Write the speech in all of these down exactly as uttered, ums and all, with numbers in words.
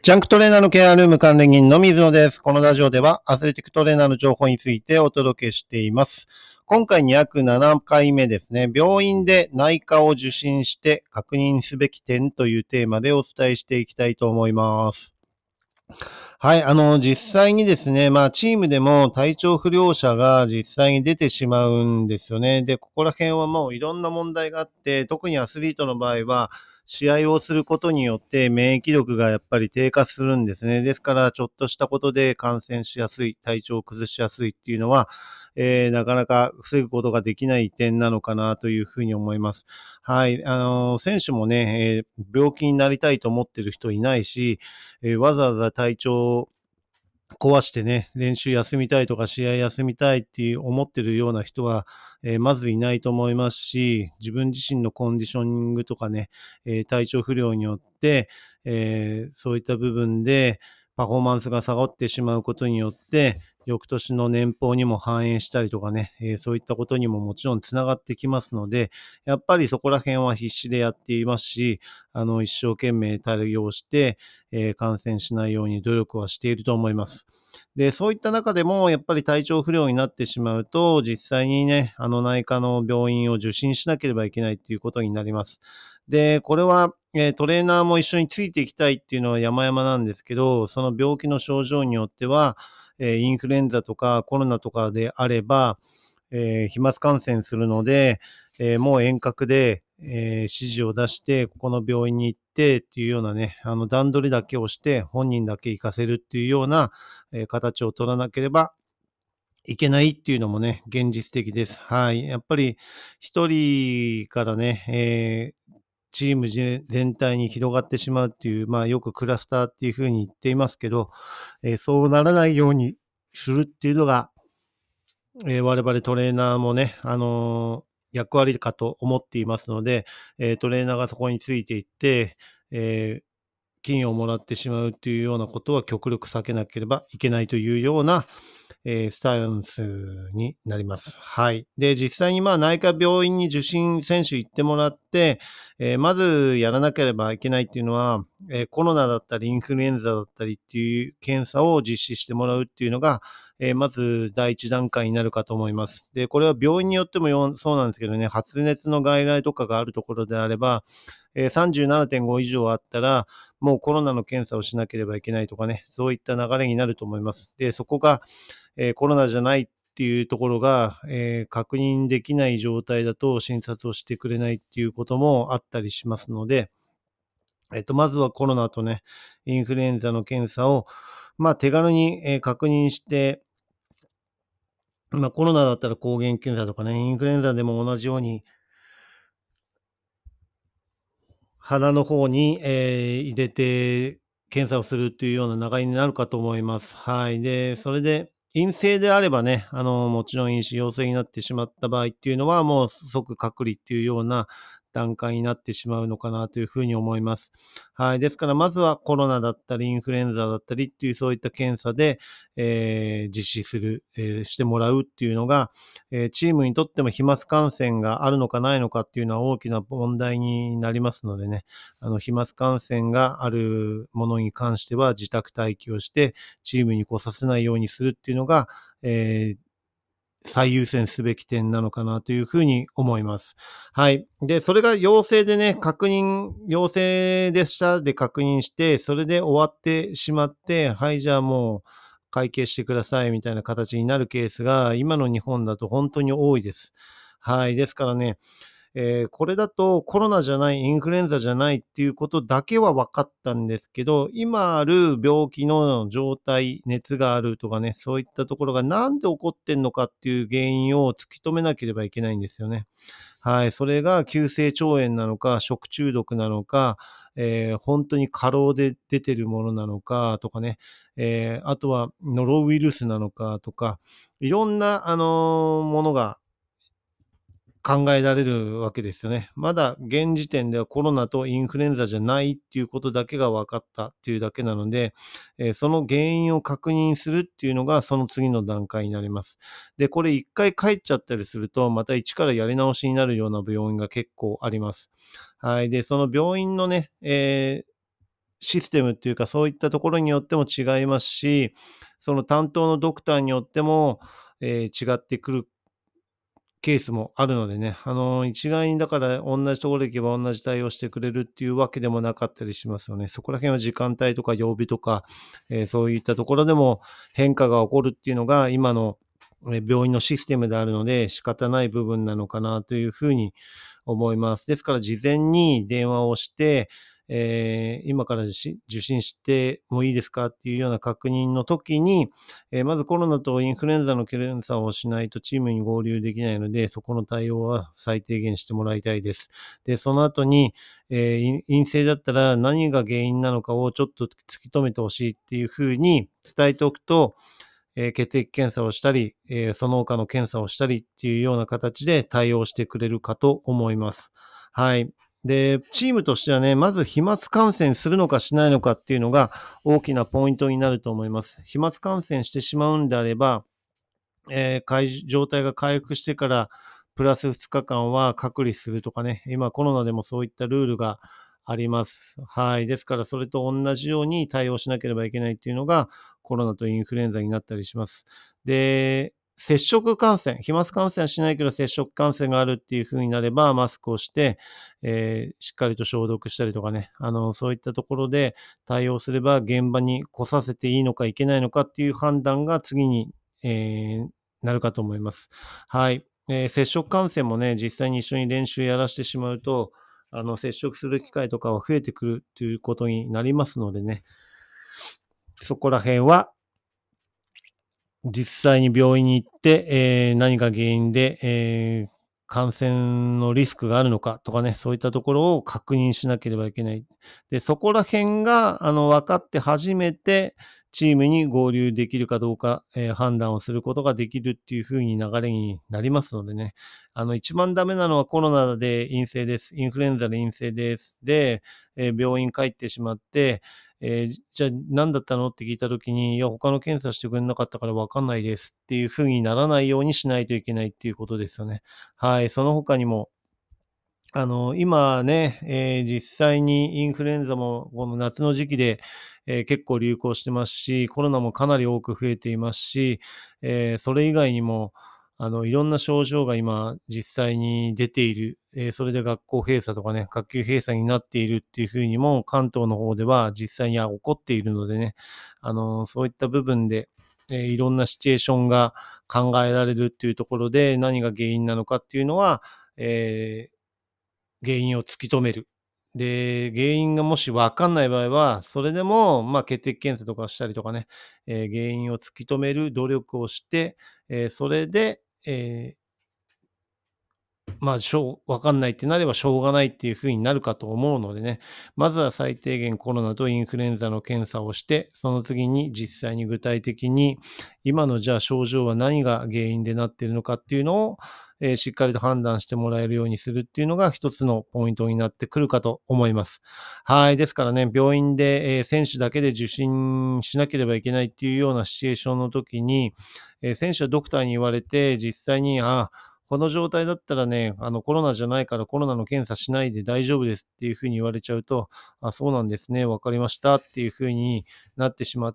ジャンクトレーナーのケアルーム管理人の水野です。このラジオではアスレティックトレーナーの情報についてお届けしています。今回にひゃくななかいめですね。病院で内科を受診して確認すべき点というテーマでお伝えしていきたいと思います。はい、あの、実際にですね、まあ、チームでも体調不良者が実際に出てしまうんですよね。で、ここら辺はもういろんな問題があって、特にアスリートの場合は、試合をすることによって免疫力がやっぱり低下するんですね。ですから、ちょっとしたことで感染しやすい、体調を崩しやすいっていうのは、えー、なかなか防ぐことができない点なのかなというふうに思います。はい、あの、選手もね、えー病気になりたいと思ってる人いないし、えーわざわざ体調を壊してね、練習休みたいとか試合休みたいっていう思ってるような人は、えーまずいないと思いますし、自分自身のコンディショニングとかね、えー体調不良によって、えーそういった部分でパフォーマンスが下がってしまうことによって、翌年の年俸にも反映したりとかね、えーそういったことにももちろんつながってきますので、やっぱりそこら辺は必死でやっていますし、あの、一生懸命対応して、えー感染しないように努力はしていると思います。で、そういった中でも、やっぱり体調不良になってしまうと、実際にね、あの内科の病院を受診しなければいけないっていうことになります。で、これは、えートレーナーも一緒についていきたいっていうのは山々なんですけど、その病気の症状によっては、えーインフルエンザとかコロナとかであれば、えー飛沫感染するので、えーもう遠隔で、えー指示を出して、ここの病院に行ってっていうようなね、あの段取りだけをして、本人だけ行かせるっていうような、えー形を取らなければいけないっていうのもね、現実的です。はい。やっぱり一人からね、えーチームぜ全体に広がってしまうっていう、まあよくクラスターっていうふうに言っていますけど、えーそうならないようにするっていうのが、えー我々トレーナーもね、あのー役割かと思っていますので、えートレーナーがそこについていって、えー金をもらってしまうっていうようなことは極力避けなければいけないというような、えースタンスになります。はい。で、実際にまあ内科病院に受診選手行ってもらって、えーまずやらなければいけないっていうのは、えーコロナだったりインフルエンザだったりっていう検査を実施してもらうっていうのが、えーまず第一段階になるかと思います。で、これは病院によってもよそうなんですけどね、発熱の外来とかがあるところであれば、えーさんじゅうななてんご以上あったら、もうコロナの検査をしなければいけないとかね、そういった流れになると思います。で、そこが、えーコロナじゃないっていうところが、えー確認できない状態だと診察をしてくれないっていうこともあったりしますので、えっと、まずはコロナとね、インフルエンザの検査を、まあ、手軽に、えー確認して、まあ、コロナだったら抗原検査とかね、インフルエンザでも同じように、鼻の方に、えー入れて検査をするっていうような流れになるかと思います。はい。で、それで陰性であればね、あの、もちろんいいし、陽性になってしまった場合っていうのは、もう即隔離っていうような段階になってしまうのかなというふうに思います。はい。ですから、まずはコロナだったり、インフルエンザだったりっていうそういった検査で、えー実施する、えーしてもらうっていうのが、えーチームにとっても飛沫感染があるのかないのかっていうのは大きな問題になりますのでね、あの飛沫感染があるものに関しては自宅待機をしてチームに来させないようにするっていうのが、えー最優先すべき点なのかなというふうに思います。はい。で、それが陽性でね、確認、陽性でしたで確認して、それで終わってしまって、はい、じゃあもう会計してくださいみたいな形になるケースが今の日本だと本当に多いです。はい。ですからね、えーこれだとコロナじゃない、インフルエンザじゃないっていうことだけは分かったんですけど、今ある病気の状態、熱があるとかね、そういったところがなんで起こってんのかっていう原因を突き止めなければいけないんですよね。はい。それが急性腸炎なのか、食中毒なのか、えー本当に過労で出てるものなのかとかね、えーあとはノロウイルスなのかとか、いろんな、あのーものが考えられるわけですよね。まだ現時点ではコロナとインフルエンザじゃないっていうことだけが分かったっていうだけなので、えーその原因を確認するっていうのがその次の段階になります。で、これ一回帰っちゃったりすると、また一からやり直しになるような病院が結構あります。はい。で、その病院のね、えーシステムっていうか、そういったところによっても違いますし、その担当のドクターによっても、えー違ってくるケースもあるのでね、あの、一概にだから同じところに行けば同じ対応してくれるっていうわけでもなかったりしますよね。そこら辺は時間帯とか曜日とか、えーそういったところでも変化が起こるっていうのが今のえー病院のシステムであるので仕方ない部分なのかなというふうに思います。ですから事前に電話をして、えー今から受診受診してもいいですかっていうような確認の時に、えーまずコロナとインフルエンザの検査をしないとチームに合流できないので、そこの対応は最低限してもらいたいです。で、その後に、えー陰性だったら何が原因なのかをちょっと突き止めてほしいっていうふうに伝えておくと、えー血液検査をしたり、えーその他の検査をしたりっていうような形で対応してくれるかと思います。はい。で、チームとしてはね、まず飛沫感染するのかしないのかっていうのが大きなポイントになると思います。飛沫感染してしまうんであれば、えー状態が回復してから、プラスふつかかんは隔離するとかね、今コロナでもそういったルールがあります。はい。ですから、それと同じように対応しなければいけないっていうのが、コロナとインフルエンザになったりします。で、接触感染、飛沫感染はしないけど接触感染があるっていう風になれば、マスクをして、えーしっかりと消毒したりとかね、あの、そういったところで対応すれば、現場に来させていいのかいけないのかっていう判断が次に、えーなるかと思います。はい。えー接触感染もね、実際に一緒に練習やらしてしまうと、あの、接触する機会とかは増えてくるということになりますのでね、そこら辺は実際に病院に行って、えー何が原因で、えー感染のリスクがあるのかとかね、そういったところを確認しなければいけない。で、そこら辺が、あの、分かって初めて、チームに合流できるかどうか、えー判断をすることができるっていう風に流れになりますのでね。あの、一番ダメなのはコロナで陰性です。インフルエンザで陰性です。で、えー病院帰ってしまって、えーじゃあ何だったのって聞いたときに、いや、他の検査してくれなかったからわかんないですっていう風にならないようにしないといけないっていうことですよね。はい。その他にも、あの、今ね、えー実際にインフルエンザもこの夏の時期で、えー結構流行してますし、コロナもかなり多く増えていますし、えーそれ以外にも、あの、いろんな症状が今実際に出ている、えーそれで学校閉鎖とかね、学級閉鎖になっているっていうふうにも関東の方では実際には起こっているのでね、あの、そういった部分で、えーいろんなシチュエーションが考えられるっていうところで何が原因なのかっていうのは、えー原因を突き止める。で、原因がもしわかんない場合は、それでも、まあ、血液検査とかしたりとかね、えー原因を突き止める努力をして、えーそれで、えーまあ、しょうわかんないってなればしょうがないっていう風になるかと思うのでね、まずは最低限コロナとインフルエンザの検査をして、その次に実際に具体的に、今のじゃあ症状は何が原因でなっているのかっていうのを、えーしっかりと判断してもらえるようにするっていうのが一つのポイントになってくるかと思います。はい。ですからね、病院で、えー選手だけで受診しなければいけないっていうようなシチュエーションの時に、えー選手はドクターに言われて、実際に、あ、この状態だったらね、あのコロナじゃないからコロナの検査しないで大丈夫ですっていうふうに言われちゃうと、あ、そうなんですね、わかりましたっていうふうになってしまって、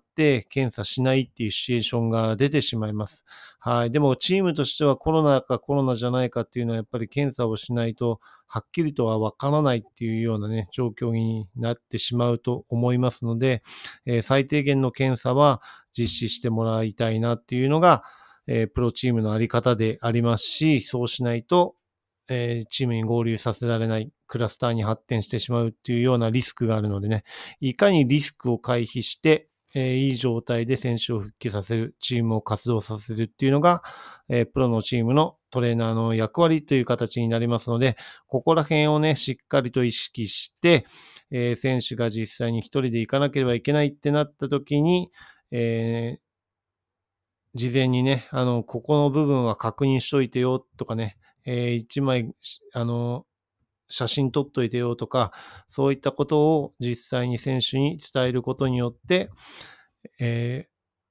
検査しないっていうシチュエーションが出てしまいます。はい。でもチームとしてはコロナかコロナじゃないかっていうのはやっぱり検査をしないと、はっきりとはわからないっていうようなね、状況になってしまうと思いますので、えー最低限の検査は実施してもらいたいなっていうのが、えープロチームのあり方でありますし、そうしないと、えーチームに合流させられない、クラスターに発展してしまうっていうようなリスクがあるのでね、いかにリスクを回避して、えーいい状態で選手を復帰させる、チームを活動させるっていうのが、えープロのチームのトレーナーの役割という形になりますので、ここら辺をね、しっかりと意識して、えー選手が実際に一人で行かなければいけないってなった時に、えー事前にね、あの、ここの部分は確認しといてよとかね、えー一枚、あの、写真撮っといてよとか、そういったことを実際に選手に伝えることによって、えー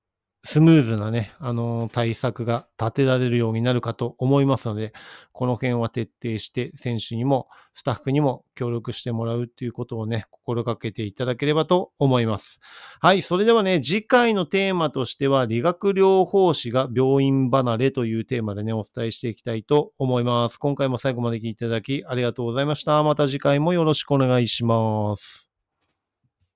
スムーズなね、あのー対策が立てられるようになるかと思いますので、この件は徹底して選手にもスタッフにも協力してもらうっていうことをね、心がけていただければと思います。はい、それではね、次回のテーマとしては、理学療法士が病院離れというテーマでね、お伝えしていきたいと思います。今回も最後まで聞いていただきありがとうございました。また次回もよろしくお願いします。